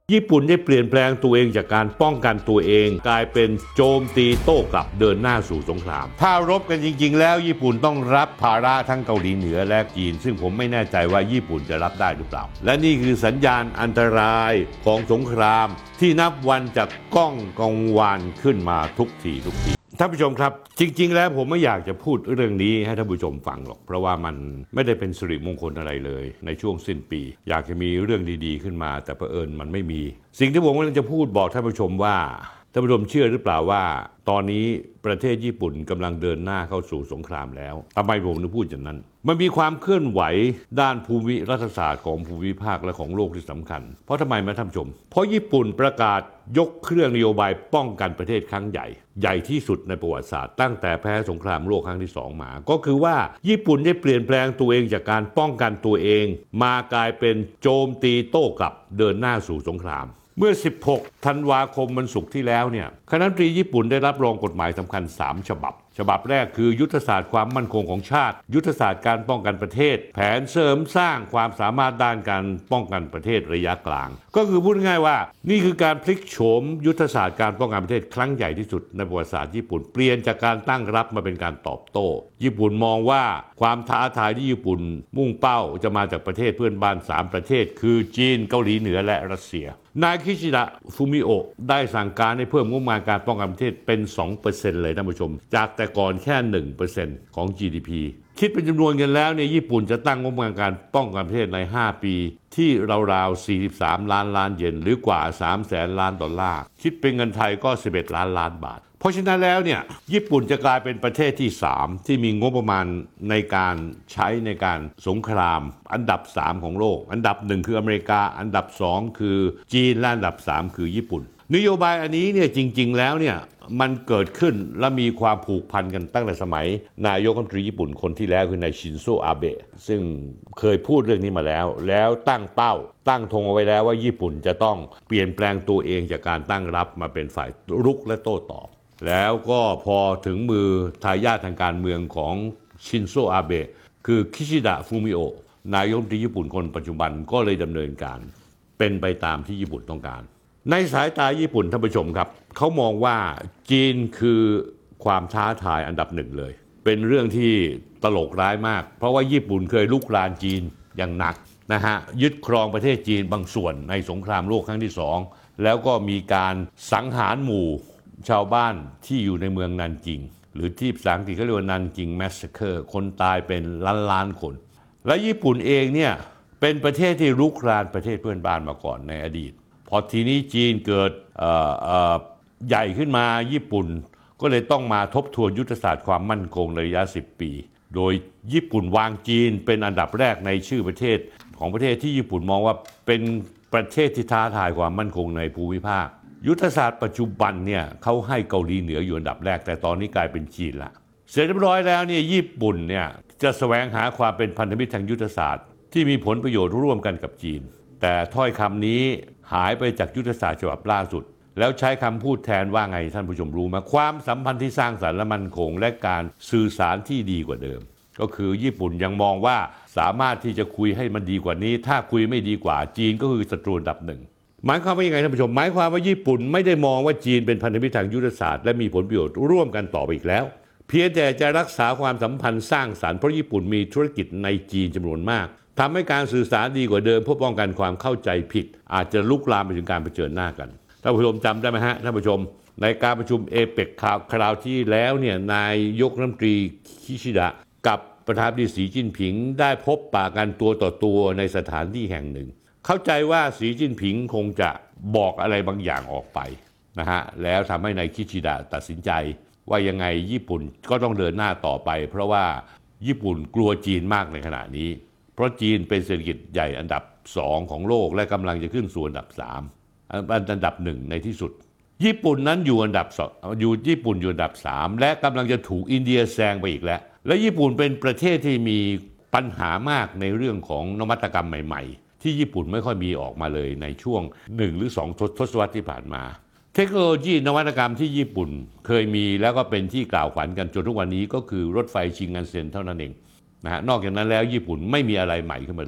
ญี่ปุ่นได้เปลี่ยนแปลงตัวเองจากการป้องกันตัวเองกลายเป็นโจมตีโต้กลับเดินหน้าสู่สงครามถ้ารบกันจริงๆแล้วญี่ปุ่นต้องรับภาระทั้งเกาหลีเหนือและจีนซึ่งผมไม่แน่ใจว่าญี่ปุ่นจะรับได้หรือเปล่าและนี่คือสัญญาณอันตรายของสงครามที่นับวันจะก้องกังวานขึ้นมาทุกทีท่านผู้ชมครับจริงๆแล้วผมไม่อยากจะพูดเรื่องนี้ให้ท่านผู้ชมฟังหรอกเพราะว่ามันไม่ได้เป็นสิริมงคลอะไรเลยในช่วงสิ้นปีอยากจะมีเรื่องดีๆขึ้นมาแต่เผอิญมันไม่มีสิ่งที่ผมกำลังจะพูดบอกท่านผู้ชมว่าท่านผู้ชมเชื่อหรือเปล่าว่าตอนนี้ประเทศญี่ปุ่นกำลังเดินหน้าเข้าสู่สงครามแล้วทำไมผมถึงพูดอย่างนั้นมันมีความเคลื่อนไหวด้านภูมิรัฐศาสตร์ของภูมิภาคและของโลกที่สำคัญเพราะทำไมมาท่านผู้ชมเพราะญี่ปุ่นประกาศยกเครื่องนโยบายป้องกันประเทศครั้งใหญ่ที่สุดในประวัติศาสตร์ตั้งแต่แพ้สงครามโลกครั้งที่2มาก็คือว่าญี่ปุ่นได้เปลี่ยนแปลงตัวเองจากการป้องกันตัวเองมากลายเป็นโจมตีโต้กลับเดินหน้าสู่สงครามเมื่อ 16 ธันวาคมวันศุกร์ที่แล้วเนี่ยคณะรัฐมนตรีญี่ปุ่นได้รับรองกฎหมายสำคัญ3ฉบับฉบับแรกคือยุทธศาสตร์ความมั่นคงของชาติยุทธศาสตร์การป้องกันประเทศแผนเสริมสร้างความสามารถด้านการป้องกันประเทศระยะกลางก็คือพูดง่ายว่านี่คือการพลิกโฉมยุทธศาสตร์การป้องกันประเทศครั้งใหญ่ที่สุดในประวัติศาสตร์ญี่ปุ่นเปลี่ยนจากการตั้งรับมาเป็นการตอบโต้ญี่ปุ่นมองว่าความท้าทายที่ญี่ปุ่นมุ่งเป้าจะมาจากประเทศเพื่อนบ้าน3ประเทศคือจีนเกาหลีเหนือและรัสเซียนายคิชิดะฟูมิโอะได้สั่งการให้เพิ่มงบประมาณการป้องกันประเทศเป็น 2% เลยท่านผู้ชมจากแต่ก่อนแค่ 1% ของ GDP คิดเป็นจำนวนเงินแล้วเนี่ยญี่ปุ่นจะตั้งงบประมาณการป้องกันประเทศใน5ปีที่ราวๆ43ล้านเยนหรือกว่า300,000 ล้านดอลลาร์คิดเป็นเงินไทยก็11ล้านบาทเพราะฉะนั้นแล้วเนี่ยญี่ปุ่นจะกลายเป็นประเทศที่3ที่มีงบประมาณในการใช้ในการสงครามอันดับ3ของโลกอันดับ1คืออเมริกาอันดับ2คือจีนและอันดับ3คือญี่ปุ่นนโยบายอันนี้เนี่ยจริงๆแล้วเนี่ยมันเกิดขึ้นและมีความผูกพันกันตั้งแต่สมัยนายกรัฐมนตรีญี่ปุ่นคนที่แล้วคือนายชินโซอาเบะซึ่งเคยพูดเรื่องนี้มาแล้วตั้งเป้าตั้งธงเอาไว้แล้วว่าญี่ปุ่นจะต้องเปลี่ยนแปลงตัวเองจากการตั้งรับมาเป็นฝ่ายรุกและโต้ตอบแล้วก็พอถึงมือทายาททางการเมืองของชินโซอาเบะคือคิชิดะฟูมิโอะนายกรัฐมนตรีญี่ปุ่นคนปัจจุบันก็เลยดำเนินการเป็นไปตามที่ญี่ปุ่นต้องการในสายตาญี่ปุ่นท่านผู้ชมครับเขามองว่าจีนคือความท้าทายอันดับหนึ่งเลยเป็นเรื่องที่ตลกร้ายมากเพราะว่าญี่ปุ่นเคยลุกรานจีนอย่างหนักนะฮะยึดครองประเทศจีนบางส่วนในสงครามโลกครั้งที่2แล้วก็มีการสังหารหมู่ชาวบ้านที่อยู่ในเมืองนันจิงหรือที่ภาษาอังกฤษเขาเรียกว่านันจิงแมสซัคเกอร์คนตายเป็นล้านคนและญี่ปุ่นเองเนี่ยเป็นประเทศที่ลุกรานประเทศเพื่อนบ้านมาก่อนในอดีตพอทีนี้จีนเกิดใหญ่ขึ้นมาญี่ปุ่นก็เลยต้องมาทบทวนยุทธศาสตร์ความมั่นคงในระยะ10 ปีโดยญี่ปุ่นวางจีนเป็นอันดับแรกในชื่อประเทศของประเทศที่ญี่ปุ่นมองว่าเป็นประเทศที่ท้าทายความมั่นคงในภูมิภาคยุทธศาสตร์ปัจจุบันเนี่ยเขาให้เกาหลีเหนืออยู่อันดับแรกแต่ตอนนี้กลายเป็นจีนละเสร็จเรียบร้อยแล้วเนี่ยญี่ปุ่นเนี่ยจะแสวงหาความเป็นพันธมิตรทางยุทธศาสตร์ที่มีผลประโยชน์ร่วมกันกับจีนแต่ถ้อยคำนี้หายไปจากยุทธศาสตร์ฉบับล่าสุดแล้วใช้คำพูดแทนว่าไงท่านผู้ชมรู้ไหมความสัมพันธ์ที่สร้างสรรค์และมั่นคงและการสื่อสารที่ดีกว่าเดิมก็คือญี่ปุ่นยังมองว่าสามารถที่จะคุยให้มันดีกว่านี้ถ้าคุยไม่ดีกว่าจีนก็คือศัตรูอันดับหนึ่งหมายความว่ายังไงท่านผู้ชมหมายความว่าญี่ปุ่นไม่ได้มองว่าจีนเป็นพันธมิตรทางยุทธศาสตร์และมีผลประโยชน์ร่วมกันต่อไปอีกแล้วเพียงแต่จะรักษาความสัมพันธ์สร้างสรรค์เพราะญี่ปุ่นมีธุรกิจในจีนจำนวนมากทำให้การสื่อสารดีกว่าเดิมเพื่อป้องกันความเข้าใจผิดอาจจะลุกลามไปถึงการเผชิญหน้ากันท่านผู้ชมจำได้ไหมฮะท่านผู้ชมในการประชุมเอเปกคราวที่แล้วเนี่ยนายยกรัฐมนตรีคิชิดะกับประธานาธิบดีสีจิ้นผิงได้พบปะกันตัวต่อตัวในสถานที่แห่งหนึ่งเข้าใจว่าสีจิ้นผิงคงจะบอกอะไรบางอย่างออกไปนะฮะแล้วทำให้นายคิชิดะตัดสินใจว่ายังไงญี่ปุ่นก็ต้องเดินหน้าต่อไปเพราะว่าญี่ปุ่นกลัวจีนมากในขณะนี้เพราะจีนเป็นเศรษฐกิจใหญ่อันดับ2ของโลกและกำลังจะขึ้นสู่อันดับ3อันดับ1ในที่สุดญี่ปุ่นนั้นอยู่อันดับ2ญี่ปุ่นอยู่อันดับ3และกำลังจะถูกอินเดียแซงไปอีกแล้วและญี่ปุ่นเป็นประเทศที่มีปัญหามากในเรื่องของนวัตกรรมใหม่ๆที่ญี่ปุ่นไม่ค่อยมีออกมาเลยในช่วง1หรือ2ทศวรรษที่ผ่านมาเทคโนโลยีนวัตกรรมที่ญี่ปุ่นเคยมีแล้วก็เป็นที่กล่าวขวัญกันจนทุกวันนี้ก็คือรถไฟชินคันเซ็นเท่านั้นเองนะฮะนอกจากนั้นแล้วญี่ปุ่นไม่มีอะไรใหม่ขึ้นมาเลย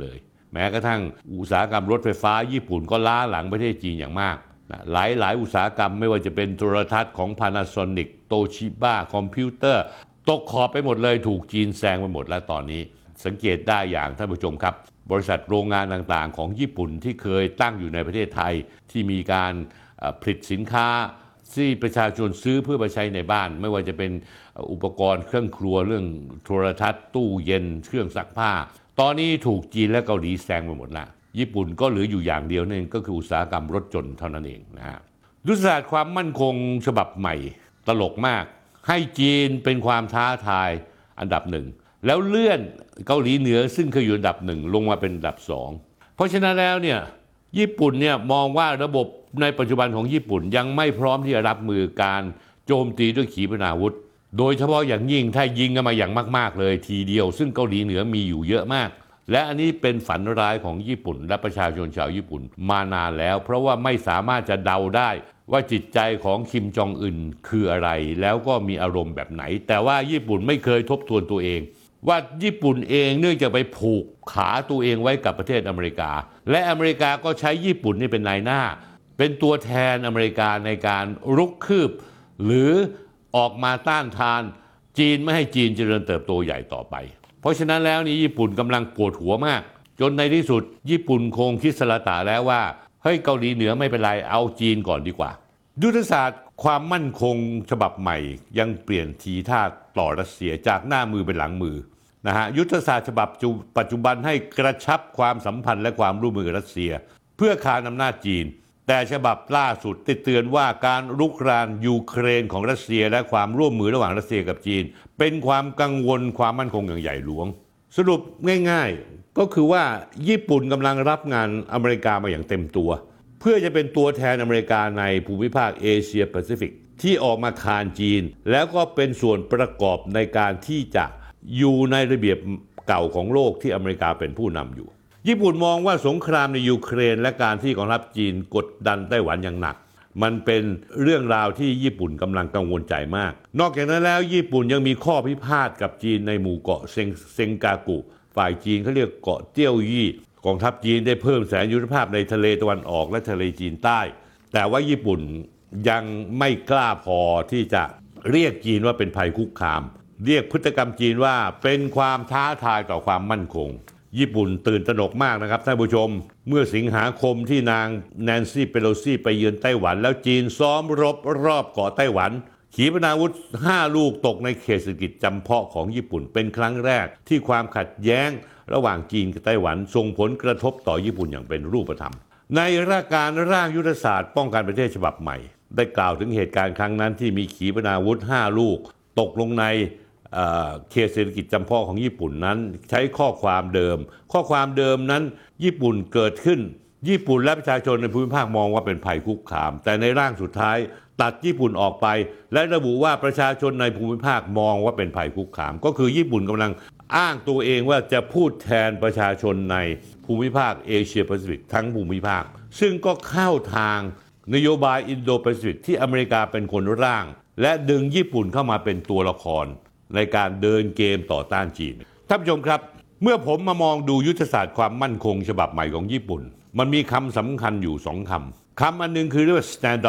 แม้กระทั่งอุตสาหกรรมรถไฟฟ้าญี่ปุ่นก็ล้าหลังประเทศจีนอย่างมากหลายอุตสาหกรรมไม่ว่าจะเป็นโทรทัศน์ของ Panasonic Toshiba คอมพิวเตอร์ตกขอบไปหมดเลยถูกจีนแซงไปหมดแล้วตอนนี้สังเกตได้อย่างท่านผู้ชมครับบริษัทโรงงานต่างๆของญี่ปุ่นที่เคยตั้งอยู่ในประเทศไทยที่มีการผลิตสินค้าที่ประชาชนซื้อเพื่อมาใช้ในบ้านไม่ว่าจะเป็นอุปกรณ์เครื่องครัวเรื่องโทรทัศน์ตู้เย็นเครื่องซักผ้าตอนนี้ถูกจีนและเกาหลีแซงไปหมดแล้วญี่ปุ่นก็เหลืออยู่อย่างเดียวนั่นก็คืออุตสาหกรรมรถยนต์เท่านั้นเองนะฮะยุทธศาสตร์ความมั่นคงฉบับใหม่ตลกมากให้จีนเป็นความท้าทายอันดับหนึ่งแล้วเลื่อนเกาหลีเหนือซึ่งเคยอยู่อันดับหนึ่งลงมาเป็นอันดับสองเพราะฉะนั้นแล้วเนี่ยญี่ปุ่นเนี่ยมองว่าระบบในปัจจุบันของญี่ปุ่นยังไม่พร้อมที่จะรับมือการโจมตีด้วยขีปนาวุธโดยเฉพาะอย่างยิ่งถ้ายิงกันมาอย่างมากๆเลยทีเดียวซึ่งเกาหลีเหนือมีอยู่เยอะมากและอันนี้เป็นฝันร้ายของญี่ปุ่นและประชาชนชาวญี่ปุ่นมานานแล้วเพราะว่าไม่สามารถจะเดาได้ว่าจิตใจของคิมจองอึนคืออะไรแล้วก็มีอารมณ์แบบไหนแต่ว่าญี่ปุ่นไม่เคยทบทวนตัวเองว่าญี่ปุ่นเองเนื่องจากไปผูกขาตัวเองไว้กับประเทศอเมริกาและอเมริกาก็ใช้ญี่ปุ่นนี่เป็นนายหน้าเป็นตัวแทนอเมริกาในการรุกคืบหรือออกมาต้านทานจีนไม่ให้จีนเจริญเติบโตใหญ่ต่อไปเพราะฉะนั้นแล้วนี่ญี่ปุ่นกำลังปวดหัวมากจนในที่สุดญี่ปุ่นคงคิดสละตะแล้วว่าเฮ้ยเกาหลีเหนือไม่เป็นไรเอาจีนก่อนดีกว่ายุทธศาสตร์ความมั่นคงฉบับใหม่ยังเปลี่ยนทีท่าต่อรัสเซียจากหน้ามือเป็นหลังมือนะฮะยุทธศาสตร์ฉบับปัจจุบันให้กระชับความสัมพันธ์และความร่วมมือกับรัสเซียเพื่อคานอำนาจจีนแต่ฉบับล่าสุดติดเตือนว่าการรุกรานยูเครนของรัสเซียและความร่วมมือระหว่างรัสเซียกับจีนเป็นความกังวลความมั่นคงอย่างใหญ่หลวงสรุปง่ายๆก็คือว่าญี่ปุ่นกำลังรับงานอเมริกามาอย่างเต็มตัวเพื่อจะเป็นตัวแทนอเมริกาในภูมิภาคเอเชียแปซิฟิกที่ออกมาคานจีนแล้วก็เป็นส่วนประกอบในการที่จะอยู่ในระเบียบเก่าของโลกที่อเมริกาเป็นผู้นำอยู่ญี่ปุ่นมองว่าสงครามในยูเครนและการที่กองทัพจีนกดดันไต้หวันอย่างหนักมันเป็นเรื่องราวที่ญี่ปุ่นกำลังกังวลใจมากนอกจากนั้นแล้วญี่ปุ่นยังมีข้อพิพาทกับจีนในหมู่เกาะเซงกากุฝ่ายจีนเขาเรียกเกาะเตี้ยวยี่กองทัพจีนได้เพิ่มแสนยุทธภาพในทะเลตะวันออกและทะเลจีนใต้แต่ว่าญี่ปุ่นยังไม่กล้าพอที่จะเรียกจีนว่าเป็นภัยคุกคามเรียกพฤติกรรมจีนว่าเป็นความท้าทายต่อความมั่นคงญี่ปุ่นตื่นตระหนกมากนะครับท่านผู้ชมเมื่อสิงหาคมที่นางแนนซี่เปโลซี่ไปเยือนไต้หวันแล้วจีนซ้อมรบรอบเกาะไต้หวันขีปนาวุธ5 ลูกตกในเขตเศรษฐกิจจำเพาะของญี่ปุ่นเป็นครั้งแรกที่ความขัดแย้งระหว่างจีนกับไต้หวันส่งผลกระทบต่อญี่ปุ่นอย่างเป็นรูปธรรมในการร่างยุทธศาสตร์ป้องกันประเทศฉบับใหม่ได้กล่าวถึงเหตุการณ์ครั้งนั้นที่มีขีปนาวุธ5 ลูกตกลงในเขตเศรษฐกิจจำเพาะของญี่ปุ่นนั้นใช้ข้อความเดิมนั้นญี่ปุ่นเกิดขึ้นญี่ปุ่นและประชาชนในภูมิภาคมองว่าเป็นภัยคุกคามแต่ในร่างสุดท้ายตัดญี่ปุ่นออกไปและระบุว่าประชาชนในภูมิภาคมองว่าเป็นภัยคุกคามก็คือญี่ปุ่นกำลังอ้างตัวเองว่าจะพูดแทนประชาชนในภูมิภาคเอเชียแปซิฟิกทั้งภูมิภาคซึ่งก็เข้าทางนโยบายอินโดแปซิฟิกที่อเมริกาเป็นคนร่างและดึงญี่ปุ่นเข้ามาเป็นตัวละครในการเดินเกมต่อต้านจีนท่านผู้ชมครับเมื่อผมมามองดูยุทธศาสตร์ความมั่นคงฉบับใหม่ของญี่ปุ่นมันมีคำสำคัญอยู่2 คำอันนึงคือเรียกว่า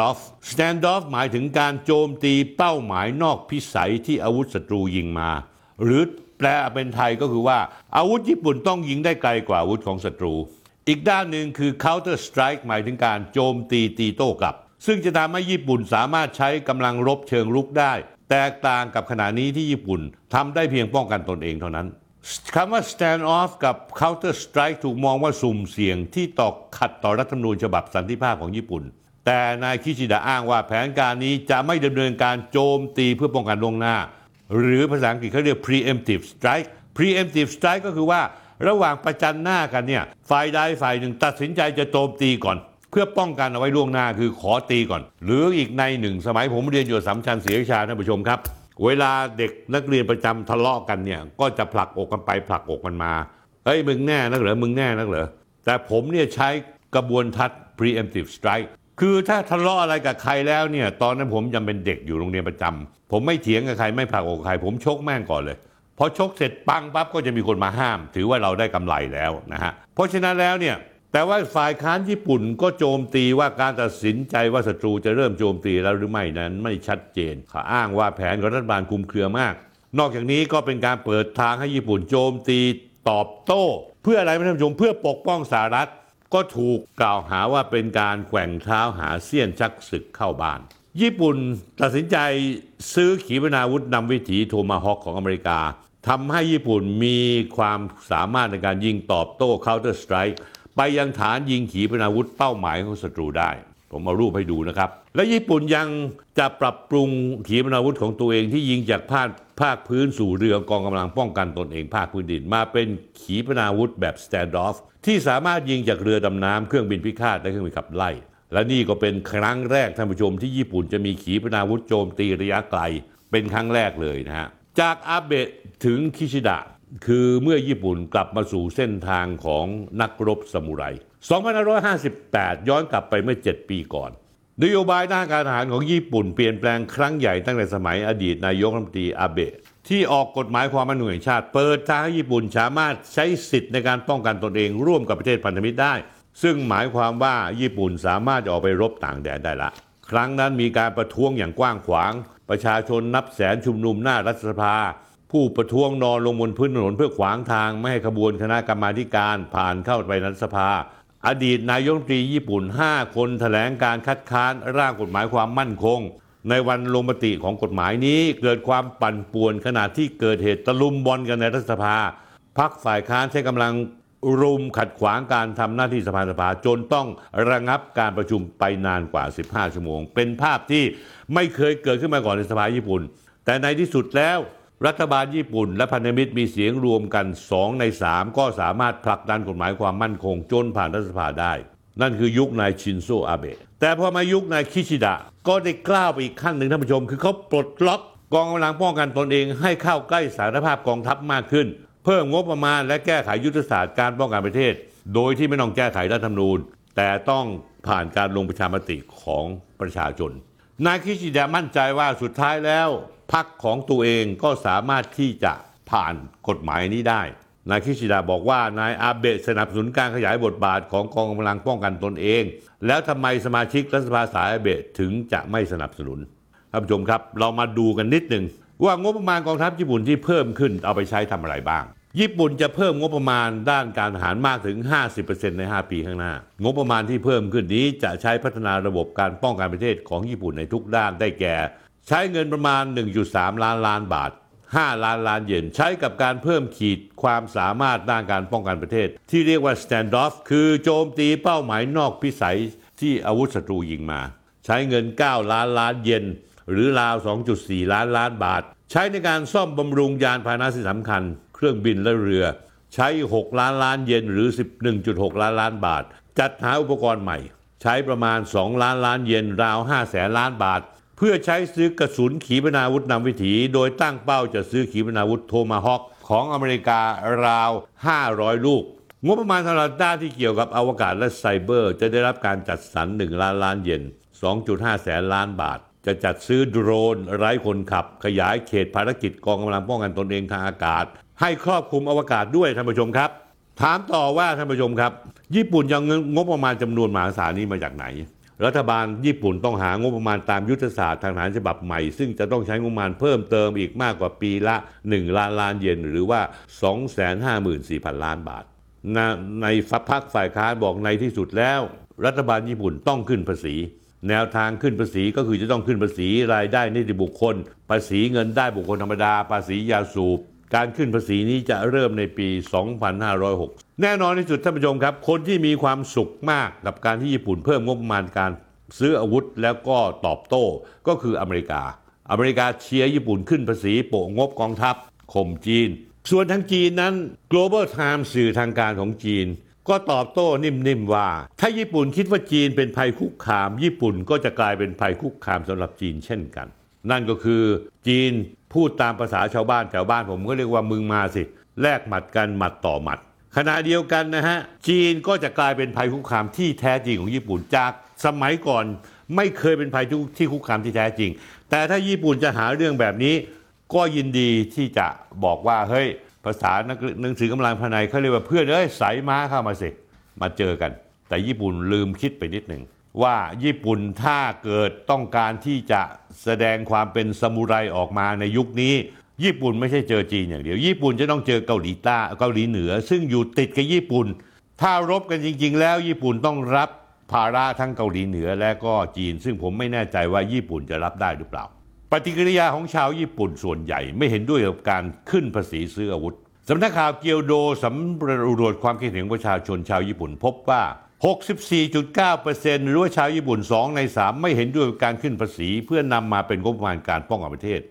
standoff หมายถึงการโจมตีเป้าหมายนอกพิสัยที่อาวุธศัตรูยิงมาหรือแปลเป็นไทยก็คือว่าอาวุธญี่ปุ่นต้องยิงได้ไกลกว่าอาวุธของศัตรูอีกด้านหนึ่งคือ counter strike หมายถึงการโจมตีโต้กลับซึ่งจะทำให้ญี่ปุ่นสามารถใช้กำลังรบเชิงรุกได้แตกต่างกับขณะนี้ที่ญี่ปุ่นทำได้เพียงป้องกันตนเองเท่านั้นคำว่า stand off กับ counter strike ถูกมองว่าสุ่มเสี่ยงที่ขัดต่อรัฐธรรมนูญฉบับสันติภาพของญี่ปุ่นแต่นายคิชิดะอ้างว่าแผนการนี้จะไม่ดำเนินการโจมตีเพื่อป้องกันล่วงหน้าหรือภาษาอังกฤษเขาเรียก preemptive strike ก็คือว่าระหว่างประจันหน้ากันเนี่ยฝ่ายใดฝ่ายหนึ่งตัดสินใจจะโจมตีก่อนเพื่อป้องกันเอาไว้ล่วงหน้าคือขอตีก่อนหรืออีกในหนึ่งสมัยผมเรียนอยู่อัสสัมชัญศรีราชาท่านผู้ชมครับเวลาเด็กนักเรียนประจำทะเลาะกันเนี่ยก็จะผลักอกกันไปผลักอกกันมาเฮ้ยมึงแน่นักเหรอมึงแน่นักเหรอแต่ผมเนี่ยใช้กระบวนทัศน์ preemptive strike คือถ้าทะเลาะอะไรกับใครแล้วเนี่ยตอนนั้นผมยังเป็นเด็กอยู่โรงเรียนประจำผมไม่เถียงกับใครไม่ผลักอกใครผมชกแม่งก่อนเลยพอชกเสร็จปังปั๊บก็จะมีคนมาห้ามถือว่าเราได้กำไรแล้วนะฮะเพราะฉะนั้นแล้วเนี่ยแต่ว่าฝ่ายค้านญี่ปุ่นก็โจมตีว่าการตัดสินใจว่าศัตรูจะเริ่มโจมตีแล้วหรือไม่นั้นไม่ชัดเจนเขาอ้างว่าแผนของรัฐบาลคลุมเครือมากนอกจากนี้ก็เป็นการเปิดทางให้ญี่ปุ่นโจมตีตอบโต้เพื่ออะไรท่านผู้ชมเพื่อปกป้องสหรัฐก็ถูกกล่าวหาว่าเป็นการแกว่งเท้าหาเสี้ยนชักศึกเข้าบ้านญี่ปุ่นตัดสินใจซื้อขีปนาวุธนำวิถีโทมาฮอคของอเมริกาทำให้ญี่ปุ่นมีความสามารถในการยิงตอบโต้ Counter Strike ไปยังฐานยิงขีปนาวุธเป้าหมายของศัตรูได้ผมเอารูปให้ดูนะครับและญี่ปุ่นยังจะปรับปรุงขีปนาวุธของตัวเองที่ยิงจากภาคพื้นสู่เรือกองกำลังป้องกันตนเองภาคพื้นดินมาเป็นขีปนาวุธแบบ Standoff ที่สามารถยิงจากเรือดำน้ำเครื่องบินพิฆาตและเครื่องบินขับไล่และนี่ก็เป็นครั้งแรกท่านผู้ชมที่ญี่ปุ่นจะมีขีปนาวุธโจมตีระยะไกลเป็นครั้งแรกเลยนะฮะจากอาเบะถึงคิชิดะคือเมื่อญี่ปุ่นกลับมาสู่เส้นทางของนักรบซามูไร2558ย้อนกลับไปเมื่อ7ปีก่อนนโยบายด้านการทหารของญี่ปุ่นเปลี่ยนแปลงครั้งใหญ่ตั้งแต่สมัยอดีตนายกรัฐมนตรีอาเบะที่ออกกฎหมายความมั่นคงแห่งชาติเปิดทางให้ญี่ปุ่นสามารถใช้สิทธิ์ในการป้องกันตนเองร่วมกับประเทศพันธมิตรได้ซึ่งหมายความว่าญี่ปุ่นสามารถออกไปรบต่างแดนได้ละครั้งนั้นมีการประท้วงอย่างกว้างขวางประชาชนนับแสนชุมนุมหน้ารัฐสภาผู้ประท้วงนอนลงบนพื้นถนนเพื่อขวางทางไม่ให้ขบวนคณะกรรมาการผ่านเข้าไปรัฐสภาอดีตนายกรัฐมนตรีญี่ปุ่น5คนแถลงการคัดค้านร่างกฎหมายความมั่นคงในวันลงมติของกฎหมายนี้เกิดความปั่นป่วนขณะที่เกิดเหตุตะลุมบอลกันในรัฐสภาพรรคฝ่ายค้านใช้กำลังรุมขัดขวางการทำหน้าที่สภาจนต้องระงับการประชุมไปนานกว่า15ชั่วโมงเป็นภาพที่ไม่เคยเกิดขึ้นมาก่อนในสภาญี่ปุ่นแต่ในที่สุดแล้วรัฐบาลญี่ปุ่นและพันธมิตรมีเสียงรวมกัน2 ใน 3ก็สามารถผลักดันกฎหมายความมั่นคงจนผ่านรัฐสภาได้นั่นคือยุคนายชินโซอาเบะแต่พอมายุคนายคิชิดะก็ได้กล้าวไปอีกขั้นหนึ่งท่านผู้ชมคือเขาปลดล็อกกองกำลังป้องกันตนเองให้เข้าใกล้สถานภาพกองทัพมากขึ้นเพิ่มงบประมาณและแก้ไขยุทธศาสตร์การป้องกันประเทศโดยที่ไม่ต้องแก้ไขรัฐธรรมนูญแต่ต้องผ่านการลงประชามติของประชาชนนายคิชิดะมั่นใจว่าสุดท้ายแล้วพรรคของตัวเองก็สามารถที่จะผ่านกฎหมายนี้ได้นายคิชิดะบอกว่านายอาเบะสนับสนุนการขยายบทบาทของกองกำลังป้องกันตนเองแล้วทำไมสมาชิกรัฐสภาสายอาเบะถึงจะไม่สนับสนุนท่านผู้ชมครับเรามาดูกันนิดหนึ่งว่างบประมาณกองทัพญี่ปุ่นที่เพิ่มขึ้นเอาไปใช้ทำอะไรบ้างญี่ปุ่นจะเพิ่มงบประมาณด้านการทหารมากถึง 50% ใน 5 ปีข้างหน้างบประมาณที่เพิ่มขึ้นนี้จะใช้พัฒนาระบบการป้องกันประเทศของญี่ปุ่นในทุกด้านได้แก่ใช้เงินประมาณ 1.3 ล้านบาท5 ล้านเยนใช้กับการเพิ่มขีดความสามารถด้านการป้องกันประเทศที่เรียกว่า Standoff คือโจมตีเป้าหมายนอกพิสัยที่อาวุธศัตรูยิงมาใช้เงิน9 ล้านเยนหรือราว 2.4 ล้านบาทใช้ในการซ่อมบำรุงยานพาหนะที่สำคัญเครื่องบินและเรือใช้6 ล้านเยนหรือ 11.6 ล้านบาทจัดหาอุปกรณ์ใหม่ใช้ประมาณ2 ล้านเยนราว500,000 ล้านบาทเพื่อใช้ซื้อกระสุนขีปนาวุธนำวิถีโดยตั้งเป้าจะซื้อขีปนาวุธโทมาฮอคของอเมริการาว500 ลูกงบประมาณสำหรับด้านที่เกี่ยวกับอวกาศและไซเบอร์จะได้รับการจัดสรร1 ล้านเยน 2.5 แสนล้านบาทจะจัดซื้อโดรนไร้คนขับขยายเขตภารกิจกองกำลังป้องกันตนเองทางอากาศให้ครอบคลุมอวกาศด้วยท่านผู้ชมครับถามต่อว่าท่านผู้ชมครับญี่ปุ่นยังงบประมาณจำนวนมหาศาลนี้มาจากไหนรัฐบาลญี่ปุ่นต้องหางบประมาณตามยุทธศาสตร์ทางทหารฉบับใหม่ซึ่งจะต้องใช้งบประมาณเพิ่มเติมอีกมากกว่าปีละ1 ล้านเยนหรือว่า 254,000 ล้านบาทในพรรคฝ่ายค้านบอกในที่สุดแล้วรัฐบาลญี่ปุ่นต้องขึ้นภาษีแนวทางขึ้นภาษีก็คือจะต้องขึ้นภาษีรายได้นิติบุคคลภาษีเงินได้บุคคลธรรมดาภาษียาสูบการขึ้นภาษีนี้จะเริ่มในปี 2506 แน่นอนที่สุดท่านผู้ชมครับคนที่มีความสุขมากกับการที่ญี่ปุ่นเพิ่มงบประมาณการซื้ออาวุธแล้วก็ตอบโต้ก็คืออเมริกาเชียร์ญี่ปุ่นขึ้นภาษีโปะงบกองทัพข่มจีนส่วนทางจีนนั้น Global Times สื่อทางการของจีนก็ตอบโต้นิ่มๆว่าถ้าญี่ปุ่นคิดว่าจีนเป็นภัยคุกคามญี่ปุ่นก็จะกลายเป็นภัยคุกคามสำหรับจีนเช่นกันนั่นก็คือจีนพูดตามภาษาชาวบ้านผมก็เรียกว่ามึงมาสิแลกหมัดกันหมัดต่อหมัดขณะเดียวกันนะฮะจีนก็จะกลายเป็นภัยคุกคามที่แท้จริงของญี่ปุ่นจากสมัยก่อนไม่เคยเป็นภัยที่คุกคามที่แท้จริงแต่ถ้าญี่ปุ่นจะหาเรื่องแบบนี้ก็ยินดีที่จะบอกว่าเฮ้ยภาษาหนังสือกำลังภายในเขาเรียกว่าเพื่อนใส่ม้าเข้ามาสิมาเจอกันแต่ญี่ปุ่นลืมคิดไปนิดหนึ่งว่าญี่ปุ่นถ้าเกิดต้องการที่จะแสดงความเป็นซามูไรออกมาในยุคนี้ญี่ปุ่นไม่ใช่เจอจีนอย่างเดียวญี่ปุ่นจะต้องเจอเกาหลีใต้เกาหลีเหนือซึ่งอยู่ติดกับญี่ปุ่นถ้ารบกันจริงๆแล้วญี่ปุ่นต้องรับภาระทั้งเกาหลีเหนือและก็จีนซึ่งผมไม่แน่ใจว่าญี่ปุ่นจะรับได้หรือเปล่าปฏิกิริยาของชาวญี่ปุ่นส่วนใหญ่ไม่เห็นด้วยกับการขึ้นภาษีซื้ออาวุธสำนักข่าวเกียวโดสำรวจความคิดเห็นประชาชนชาวญี่ปุ่นพบว่า 64.9% หรือว่าชาวญี่ปุ่น2 ใน 3ไม่เห็นด้วยกับการขึ้นภาษีเพื่อนำมาเป็นงบประมาณการป้องกันประเทศ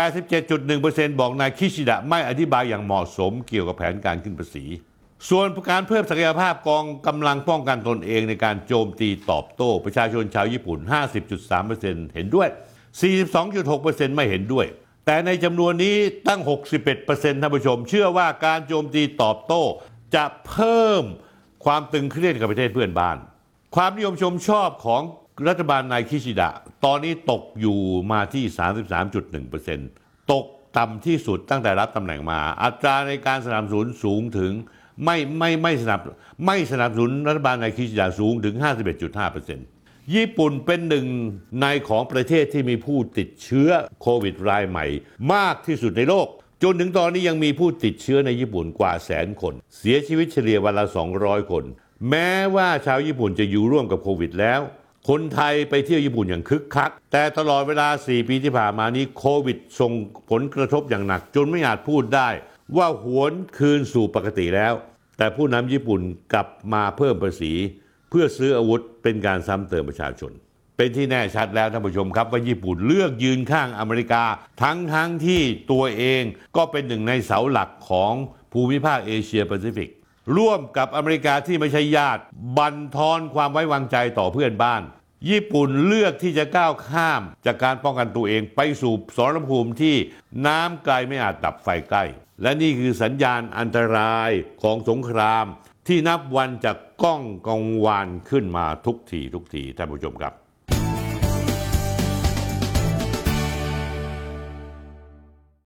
87.1% บอกนายคิชิดะไม่อธิบายอย่างเหมาะสมเกี่ยวกับแผนการขึ้นภาษีส่วนการเพิ่มศักยภาพกองกำลังป้องกันตนเองในการโจมตีตอบโต้ประชาชนชาวญี่ปุ่น 50.3% เห็นด้วย 42.6% ไม่เห็นด้วยแต่ในจำนวนนี้ตั้ง 61% ท่านผู้ชมเชื่อว่าการโจมตีตอบโต้จะเพิ่มความตึงเครียดกับประเทศเพื่อนบ้านความนิยมชมชอบของรัฐบาลนายคิชิดะตอนนี้ตกอยู่มาที่ 33.1% ตกต่ำที่สุดตั้งแต่รับตำแหน่งมาอัตราในการสนับสนุนสูงถึงไม่สนับสนุนรัฐบาลนายคิชิดะสูงถึง 51.5%ญี่ปุ่นเป็นหนึ่งในของประเทศที่มีผู้ติดเชื้อโควิดรายใหม่มากที่สุดในโลกจนถึงตอนนี้ยังมีผู้ติดเชื้อในญี่ปุ่นกว่า100,000 คนเสียชีวิตเฉลี่ยวันละ200 คนแม้ว่าชาวญี่ปุ่นจะอยู่ร่วมกับโควิดแล้วคนไทยไปเที่ยวญี่ปุ่นอย่างคึกคักแต่ตลอดเวลา4 ปีที่ผ่านมานี้โควิดส่งผลกระทบอย่างหนักจนไม่อาจพูดได้ว่าหวนคืนสู่ปกติแล้วแต่ผู้นำญี่ปุ่นกลับมาเพิ่มภาษีเพื่อซื้ออาวุธเป็นการซ้ำเติมประชาชนเป็นที่แน่ชัดแล้วท่านผู้ชมครับว่าญี่ปุ่นเลือกยืนข้างอเมริกาทั้งที่ตัวเองก็เป็นหนึ่งในเสาหลักของภูมิภาคเอเชียแปซิฟิกร่วมกับอเมริกาที่ไม่ใช่ญาติบั่นทอนความไว้วางใจต่อเพื่อนบ้านญี่ปุ่นเลือกที่จะก้าวข้ามจากการป้องกันตัวเองไปสู่สมรภูมิที่น้ำไกลไม่อาจดับไฟใกล้และนี่คือสัญญาณอันตรายของสงครามที่นับวันจะก้องกังวานขึ้นมาทุกทีท่านผู้ชมครับ